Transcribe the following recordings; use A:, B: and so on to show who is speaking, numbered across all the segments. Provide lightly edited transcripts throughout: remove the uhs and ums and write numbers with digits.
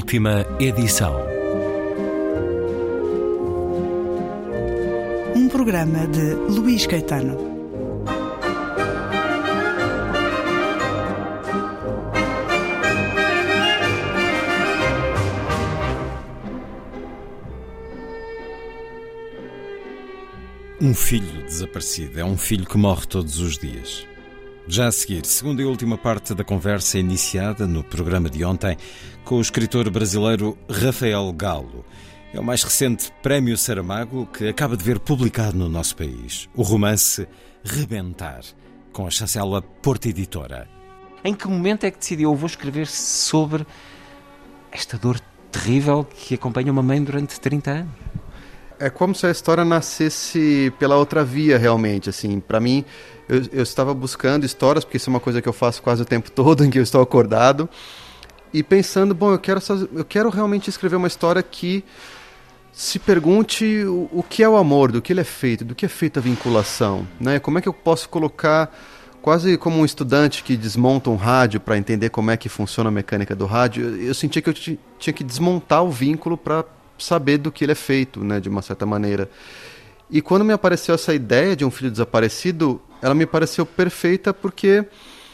A: Última edição.
B: Um programa de Luís Caetano.
C: Um filho desaparecido é um filho que morre todos os dias. Já a seguir, segunda e última parte da conversa iniciada no programa de ontem com o escritor brasileiro Rafael Galo. É o mais recente Prémio Saramago que acaba de ver publicado no nosso país. O romance Rebentar, com a chancela Porta Editora.
D: Em que momento é que decidiu, vou escrever sobre esta dor terrível que acompanha uma mãe durante 30 anos?
E: É como se a história nascesse pela outra via, realmente, assim. Para mim, eu estava buscando histórias, porque isso é uma coisa que eu faço quase o tempo todo, em que eu estou acordado, e pensando, bom, eu quero realmente escrever uma história que se pergunte o que é o amor, do que ele é feito, do que é feita a vinculação, né? Como é que eu posso colocar, quase como um estudante que desmonta um rádio para entender como é que funciona a mecânica do rádio, eu sentia que eu tinha que desmontar o vínculo para saber do que ele é feito, né, de uma certa maneira. E quando me apareceu essa ideia de um filho desaparecido, ela me pareceu perfeita porque,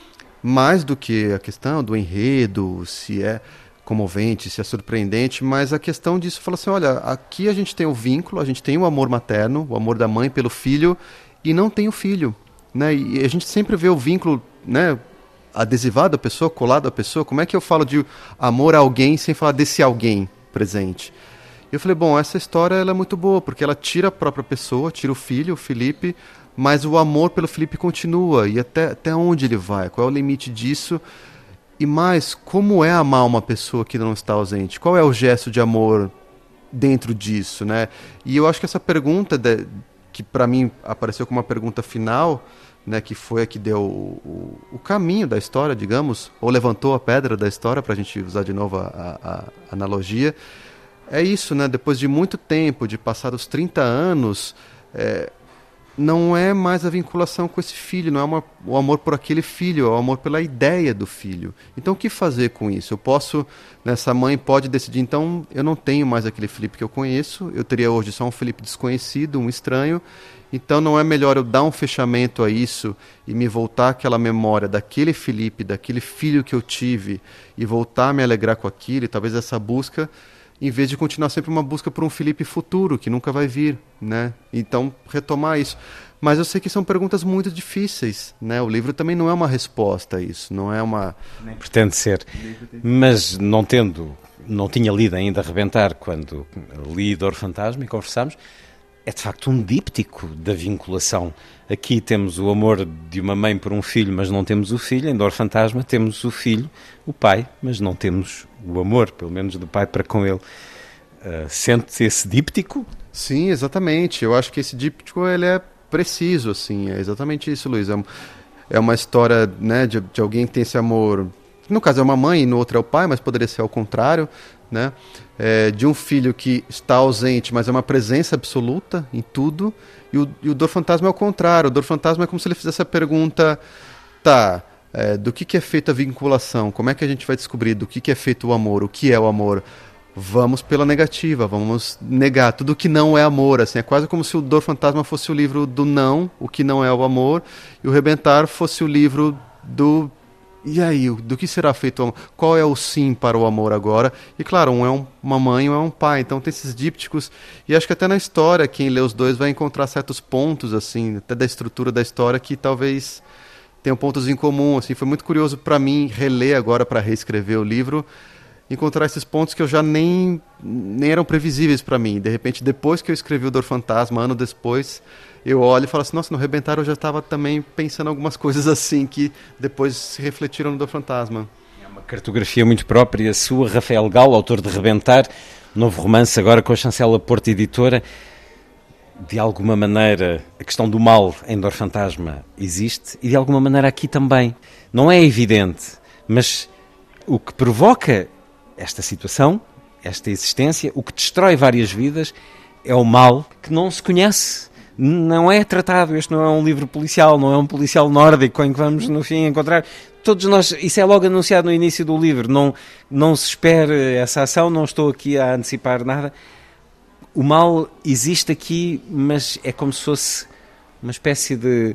E: mais do que a questão do enredo, se é comovente, se é surpreendente, mas a questão disso, fala assim, olha, aqui a gente tem o vínculo, a gente tem o amor materno, o amor da mãe pelo filho, e não tem o filho, né? E a gente sempre vê o vínculo, né, adesivado à pessoa, colado à pessoa. Como é que eu falo de amor a alguém sem falar desse alguém presente? Eu falei, bom, essa história ela é muito boa, porque ela tira a própria pessoa, tira o filho, o Felipe, mas o amor pelo Felipe continua, e até onde ele vai, qual é o limite disso, e mais, como é amar uma pessoa que não está ausente, qual é o gesto de amor dentro disso, né? E eu acho que essa pergunta, que para mim apareceu como uma pergunta final, né, que foi a que deu o caminho da história, digamos, ou levantou a pedra da história, para a gente usar de novo a analogia. É isso, né? Depois de muito tempo, de passados 30 anos, não é mais a vinculação com esse filho, não é o amor por aquele filho, é o amor pela ideia do filho. Então, o que fazer com isso? Eu posso, essa mãe pode decidir, então, eu não tenho mais aquele Felipe que eu conheço, eu teria hoje só um Felipe desconhecido, um estranho, então não é melhor eu dar um fechamento a isso e me voltar àquela memória daquele Felipe, daquele filho que eu tive, e voltar a me alegrar com aquilo, e talvez essa busca, em vez de continuar sempre uma busca por um Felipe futuro, que nunca vai vir, né? Então, retomar isso. Mas eu sei que são perguntas muito difíceis, né? O livro também não é uma resposta a isso, não é uma...
C: Nem pretende ser. Mas não tinha lido ainda Rebentar quando li Dor Fantasma e conversámos, é de facto um díptico da vinculação. Aqui temos o amor de uma mãe por um filho, mas não temos o filho. Em Dor Fantasma temos o filho, o pai, mas não temos o amor, pelo menos do pai para com ele. Sente esse díptico?
E: Sim, exatamente. Eu acho que esse díptico ele é preciso, assim. É exatamente isso, Luiz. É uma história, né, de alguém que tem esse amor. No caso é uma mãe e no outro é o pai, mas poderia ser ao contrário, né? De um filho que está ausente, mas é uma presença absoluta em tudo. E o Dor Fantasma é o contrário. O Dor Fantasma é como se ele fizesse a pergunta, do que é feita a vinculação? Como é que a gente vai descobrir do que é feito o amor? O que é o amor? Vamos pela negativa, vamos negar tudo que não é amor. Assim, é quase como se o Dor Fantasma fosse o livro do não, o que não é o amor, e o Rebentar fosse o livro do... E aí, do que será feito o amor? Qual é o sim para o amor agora? E claro, um é uma mãe, um é um pai. Então tem esses dípticos. E acho que até na história, quem lê os dois vai encontrar certos pontos, assim, até da estrutura da história, que talvez tenham pontos em comum. Assim. Foi muito curioso para mim reler agora, para reescrever o livro, encontrar esses pontos que eu já nem eram previsíveis para mim. De repente, depois que eu escrevi o Dor Fantasma, ano depois, eu olho e falo assim, nossa, no Rebentar eu já estava também pensando algumas coisas assim que depois se refletiram no Dor Fantasma.
C: É uma cartografia muito própria sua, Rafael Galo, autor de Rebentar, novo romance agora com a chancela Porta Editora. De alguma maneira, a questão do mal em Dor Fantasma existe e de alguma maneira aqui também. Não é evidente, mas o que provoca esta situação, esta existência, o que destrói várias vidas, é o mal que não se conhece.
D: não é tratado, este não é um livro policial, não é um policial nórdico em que vamos no fim encontrar, todos nós, isso é logo anunciado no início do livro, não se espera essa ação, não estou aqui a antecipar nada. O mal existe aqui, mas é como se fosse uma espécie de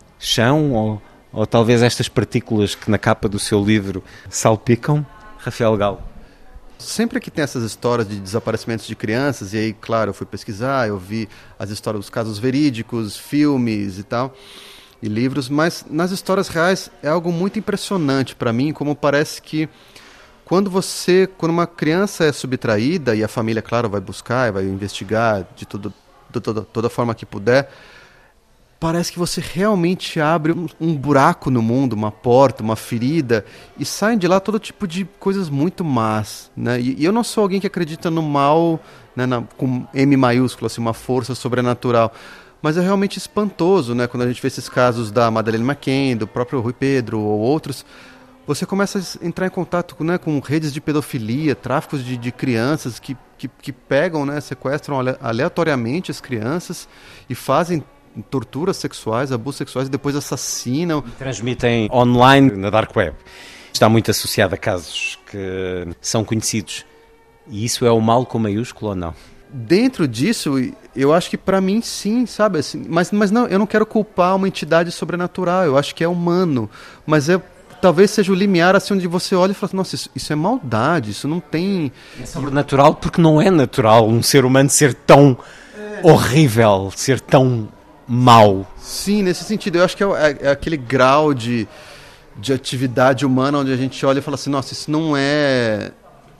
D: chão, ou talvez estas partículas que na capa do seu livro salpicam. Rafael Galo.
E: Sempre que tem essas histórias de desaparecimentos de crianças, e aí, claro, eu fui pesquisar, eu vi as histórias dos casos verídicos, filmes e tal, e livros, mas nas histórias reais é algo muito impressionante para mim, como parece que quando uma criança é subtraída, e a família, claro, vai buscar, vai investigar de toda forma que puder, parece que você realmente abre um buraco no mundo, uma porta, uma ferida, e saem de lá todo tipo de coisas muito más, né? E eu não sou alguém que acredita no mal, né, com M maiúsculo, assim, uma força sobrenatural, mas é realmente espantoso, né? Quando a gente vê esses casos da Madeleine McCann, do próprio Rui Pedro ou outros, você começa a entrar em contato, né, com redes de pedofilia, tráficos de crianças que pegam, né, sequestram aleatoriamente as crianças e fazem torturas sexuais, abusos sexuais e depois assassinam.
D: Transmitem online na Dark Web. Está muito associado a casos que são conhecidos. E isso é o mal com maiúsculo ou não?
E: Dentro disso, eu acho que para mim sim, sabe? Assim, mas não, eu não quero culpar uma entidade sobrenatural, eu acho que é humano. Mas talvez seja o limiar assim onde você olha e fala, nossa, isso é maldade, isso não tem...
D: É sobrenatural porque não é natural um ser humano ser tão horrível, ser tão mau.
E: Sim, nesse sentido. Eu acho que é aquele grau de atividade humana onde a gente olha e fala assim, nossa, isso não é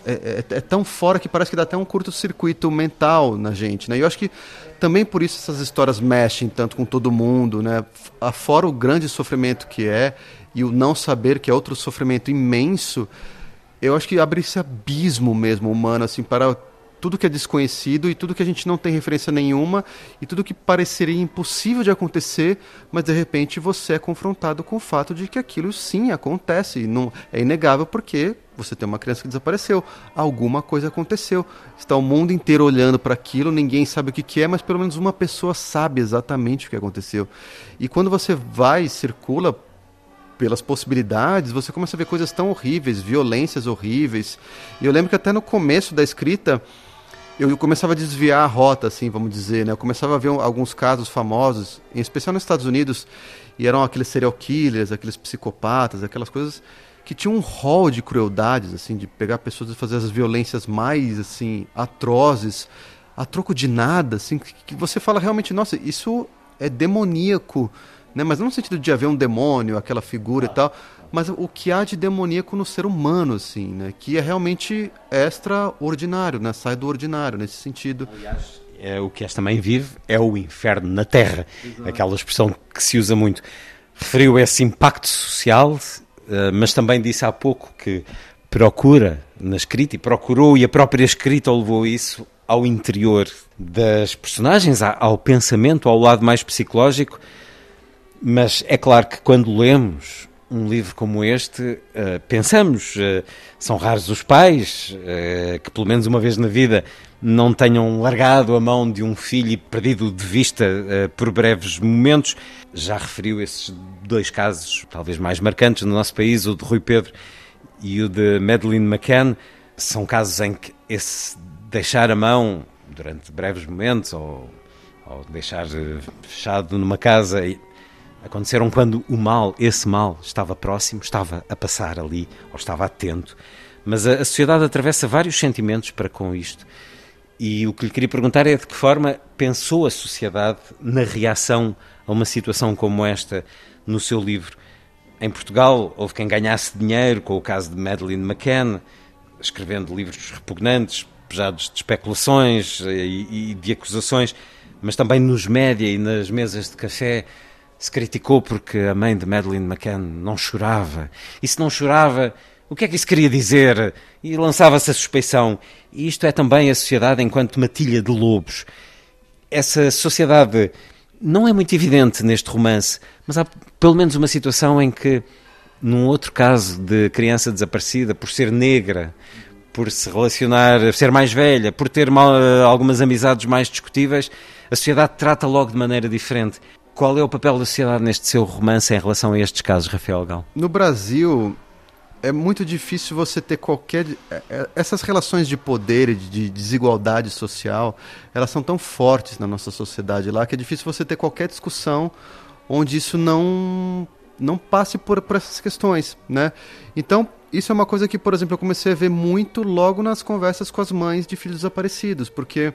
E: tão fora que parece que dá até um curto-circuito mental na gente, né? E eu acho que também por isso essas histórias mexem tanto com todo mundo, né? Afora o grande sofrimento que é e o não saber, que é outro sofrimento imenso, eu acho que abre esse abismo mesmo humano, assim, para tudo que é desconhecido e tudo que a gente não tem referência nenhuma e tudo que pareceria impossível de acontecer, mas de repente você é confrontado com o fato de que aquilo sim acontece. E não, é inegável porque você tem uma criança que desapareceu. Alguma coisa aconteceu. Está o mundo inteiro olhando para aquilo, ninguém sabe o que é, mas pelo menos uma pessoa sabe exatamente o que aconteceu. E quando você vai e circula pelas possibilidades, você começa a ver coisas tão horríveis, violências horríveis. E eu lembro que até no começo da escrita eu começava a desviar a rota, assim, vamos dizer, né? Eu começava a ver alguns casos famosos, em especial nos Estados Unidos, e eram aqueles serial killers, aqueles psicopatas, aquelas coisas que tinham um rol de crueldades, assim, de pegar pessoas e fazer as violências mais, assim, atrozes, a troco de nada, assim, que você fala realmente, nossa, isso é demoníaco, né? Mas não no sentido de haver um demônio, aquela figura e tal, mas o que há de demoníaco no ser humano, assim, né? Que é realmente extraordinário, né? Sai do ordinário, nesse sentido.
D: Aliás, o que esta mãe vive é o inferno na Terra. Exato. Aquela expressão que se usa muito. Referiu esse impacto social, mas também disse há pouco que procura na escrita, e procurou, e a própria escrita levou isso ao interior das personagens, ao pensamento, ao lado mais psicológico. Mas é claro que quando lemos um livro como este, pensamos, são raros os pais que pelo menos uma vez na vida não tenham largado a mão de um filho e perdido de vista por breves momentos. Já referiu esses dois casos talvez mais marcantes no nosso país, o de Rui Pedro e o de Madeleine McCann. São casos em que esse deixar a mão durante breves momentos ou deixar fechado numa casa aconteceram quando esse mal estava próximo, estava a passar ali, ou estava atento. Mas a sociedade atravessa vários sentimentos para com isto. E o que lhe queria perguntar é de que forma pensou a sociedade na reação a uma situação como esta no seu livro. Em Portugal houve quem ganhasse dinheiro com o caso de Madeleine McCann, escrevendo livros repugnantes, pesados de especulações e de acusações, mas também nos média e nas mesas de café se criticou porque a mãe de Madeleine McCann não chorava. E se não chorava, o que é que isso queria dizer? E lançava-se a suspeição. E isto é também a sociedade enquanto matilha de lobos. Essa sociedade não é muito evidente neste romance, mas há pelo menos uma situação em que, num outro caso de criança desaparecida por ser negra,
C: por se relacionar, ser mais velha, por ter algumas amizades mais discutíveis, a sociedade trata logo de maneira diferente. Qual é o papel da sociedade neste seu romance em relação a estes casos, Rafael Gal?
E: No Brasil, é muito difícil você ter qualquer... Essas relações de poder e de desigualdade social, elas são tão fortes na nossa sociedade lá que é difícil você ter qualquer discussão onde isso não passe por essas questões, né? Então, isso é uma coisa que, por exemplo, eu comecei a ver muito logo nas conversas com as mães de filhos desaparecidos, porque,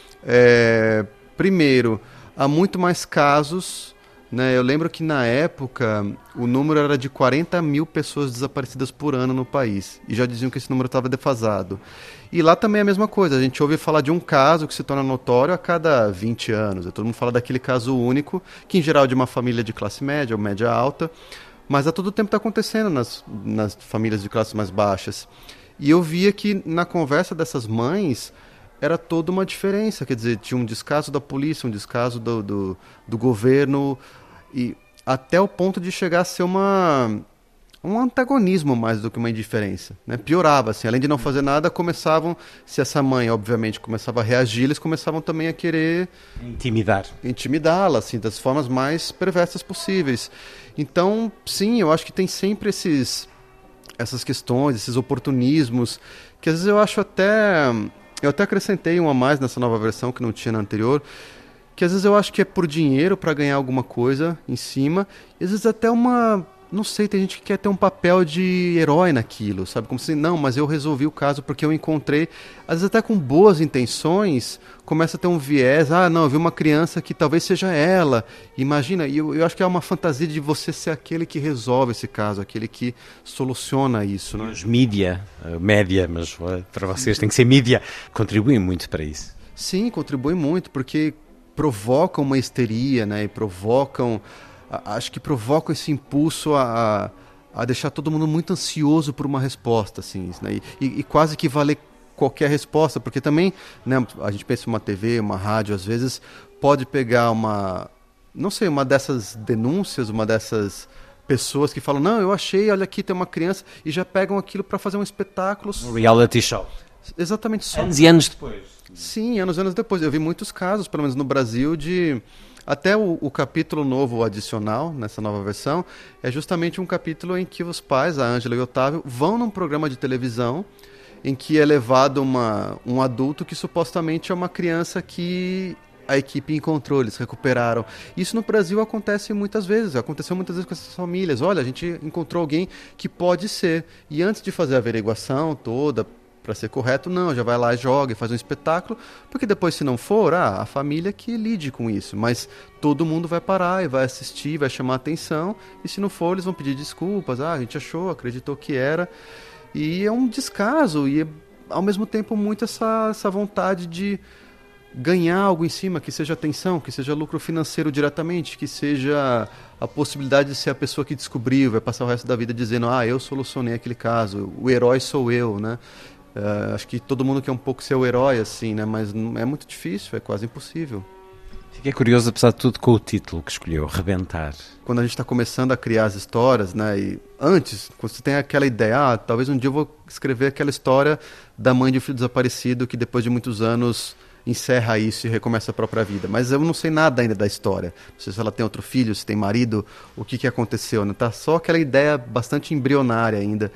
E: primeiro, há muito mais casos... Eu lembro que na época o número era de 40 mil pessoas desaparecidas por ano no país e já diziam que esse número estava defasado. E lá também é a mesma coisa, a gente ouve falar de um caso que se torna notório a cada 20 anos. Todo mundo fala daquele caso único, que em geral é de uma família de classe média ou média alta, mas a todo tempo está acontecendo nas famílias de classes mais baixas. E eu via que na conversa dessas mães... era toda uma diferença, quer dizer, tinha um descaso da polícia, um descaso do governo, e até o ponto de chegar a ser um antagonismo mais do que uma indiferença, né? Piorava, assim, além de não fazer nada, começavam, se essa mãe, obviamente, começava a reagir, eles começavam também a querer... intimidá-la, assim, das formas mais perversas possíveis. Então, sim, eu acho que tem sempre essas questões, esses oportunismos, que às vezes eu acho até... Eu até acrescentei um a mais nessa nova versão que não tinha na anterior, que às vezes eu acho que é por dinheiro para ganhar alguma coisa em cima, e às vezes até não sei, tem gente que quer ter um papel de herói naquilo, sabe? Como se, não, mas eu resolvi o caso porque eu encontrei, às vezes até com boas intenções, começa a ter um viés, não, eu vi uma criança que talvez seja ela, imagina, e eu acho que é uma fantasia de você ser aquele que resolve esse caso, aquele que soluciona isso, né?
C: Os média, mas para vocês tem que ser mídia, contribuem muito para isso.
E: Sim, contribuem muito, porque provocam uma histeria, né? E acho que provocam esse impulso a deixar todo mundo muito ansioso por uma resposta, assim, né? E quase que valer qualquer resposta, porque também, né, a gente pensa em uma TV, uma rádio, às vezes pode pegar uma dessas denúncias, uma dessas pessoas que falam, não, eu achei, olha aqui, tem uma criança, e já pegam aquilo para fazer um espetáculo.
C: Um reality show.
E: Exatamente.
C: Anos e anos depois.
E: Sim, anos depois. Eu vi muitos casos, pelo menos no Brasil, de... Até o capítulo novo, o adicional, nessa nova versão, é justamente um capítulo em que os pais, a Ângela e o Otávio, vão num programa de televisão em que é levado um adulto que supostamente é uma criança que a equipe encontrou, eles recuperaram. Isso no Brasil acontece muitas vezes, aconteceu muitas vezes com essas famílias. Olha, a gente encontrou alguém que pode ser. E antes de fazer a averiguação toda, para ser correto, não, já vai lá, joga e faz um espetáculo, porque depois, se não for, a família que lide com isso, mas todo mundo vai parar e vai assistir, vai chamar atenção, e se não for, eles vão pedir desculpas, a gente achou, acreditou que era, e é um descaso, e ao mesmo tempo muito essa vontade de ganhar algo em cima, que seja atenção, que seja lucro financeiro diretamente, que seja a possibilidade de ser a pessoa que descobriu, vai passar o resto da vida dizendo, eu solucionei aquele caso, o herói sou eu, né? Acho que todo mundo quer um pouco ser o herói, assim, né? Mas é muito difícil, é quase impossível.
C: Fiquei curioso, apesar de tudo, com o título que escolheu, Rebentar.
E: Quando a gente está começando a criar as histórias, né? E antes, quando você tem aquela ideia, talvez um dia eu vou escrever aquela história da mãe de um filho desaparecido que depois de muitos anos encerra isso e recomeça a própria vida. Mas eu não sei nada ainda da história. Não sei se ela tem outro filho, se tem marido, o que aconteceu, né? Tá só aquela ideia bastante embrionária ainda.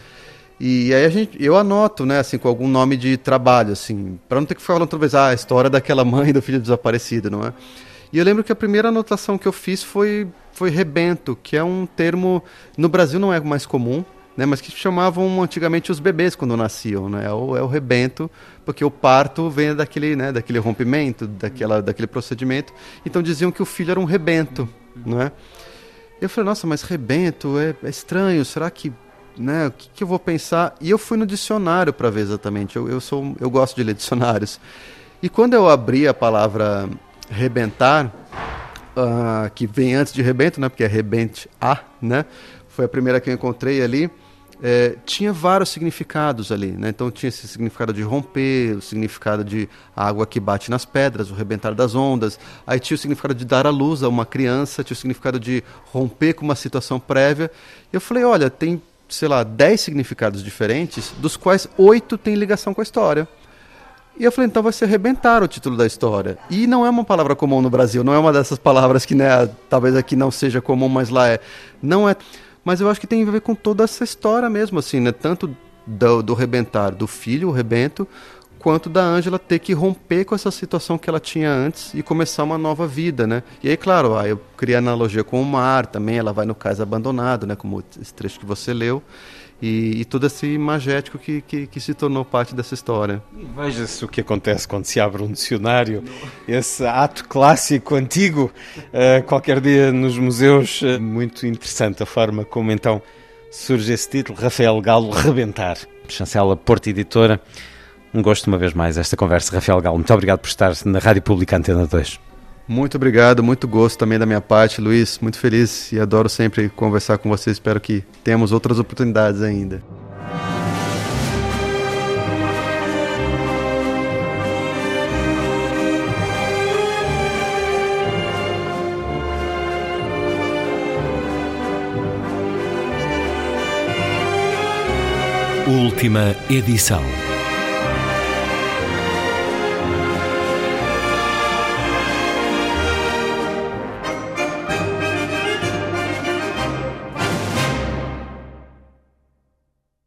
E: E aí eu anoto, né, assim, com algum nome de trabalho, assim, para não ter que ficar falando outra vez, a história daquela mãe do filho desaparecido, não é? E eu lembro que a primeira anotação que eu fiz foi rebento, que é um termo, no Brasil não é mais comum, né, mas que chamavam antigamente os bebês quando nasciam, né, é o rebento, porque o parto vem daquele rompimento, daquele procedimento, então diziam que o filho era um rebento, né? Eu falei, nossa, mas rebento é estranho, será que... Né, o que eu vou pensar? E eu fui no dicionário para ver exatamente. Eu gosto de ler dicionários. E quando eu abri a palavra rebentar, que vem antes de rebento, né, porque é rebente né, foi a primeira que eu encontrei ali, tinha vários significados ali, né? Então tinha esse significado de romper, o significado de água que bate nas pedras, o rebentar das ondas. Aí tinha o significado de dar à luz a uma criança, tinha o significado de romper com uma situação prévia. Eu falei, olha, tem sei lá, 10 significados diferentes, dos quais 8 têm ligação com a história. E eu falei, então vai ser arrebentar o título da história. E não é uma palavra comum no Brasil, não é uma dessas palavras que, né, talvez aqui não seja comum, mas lá é. Não é. Mas eu acho que tem a ver com toda essa história mesmo, assim, né? Tanto do rebentar do filho, o rebento, quanto da Ângela ter que romper com essa situação que ela tinha antes e começar uma nova vida, né? E aí, claro, aí eu criei analogia com o mar também, ela vai no cais abandonado, né? Como esse trecho que você leu. E todo esse imagético que se tornou parte dessa história.
C: Veja-se o que acontece quando se abre um dicionário, esse ato clássico, antigo, qualquer dia nos museus. Muito interessante a forma como então surge esse título, Rafael Galo, Rebentar. Chancela Porto Editora. Um gosto uma vez mais esta conversa, Rafael Galo. Muito obrigado por estar na Rádio Pública Antena 2.
E: Muito obrigado, muito gosto também da minha parte, Luís. Muito feliz e adoro sempre conversar com você. Espero que tenhamos outras oportunidades ainda.
A: Última edição.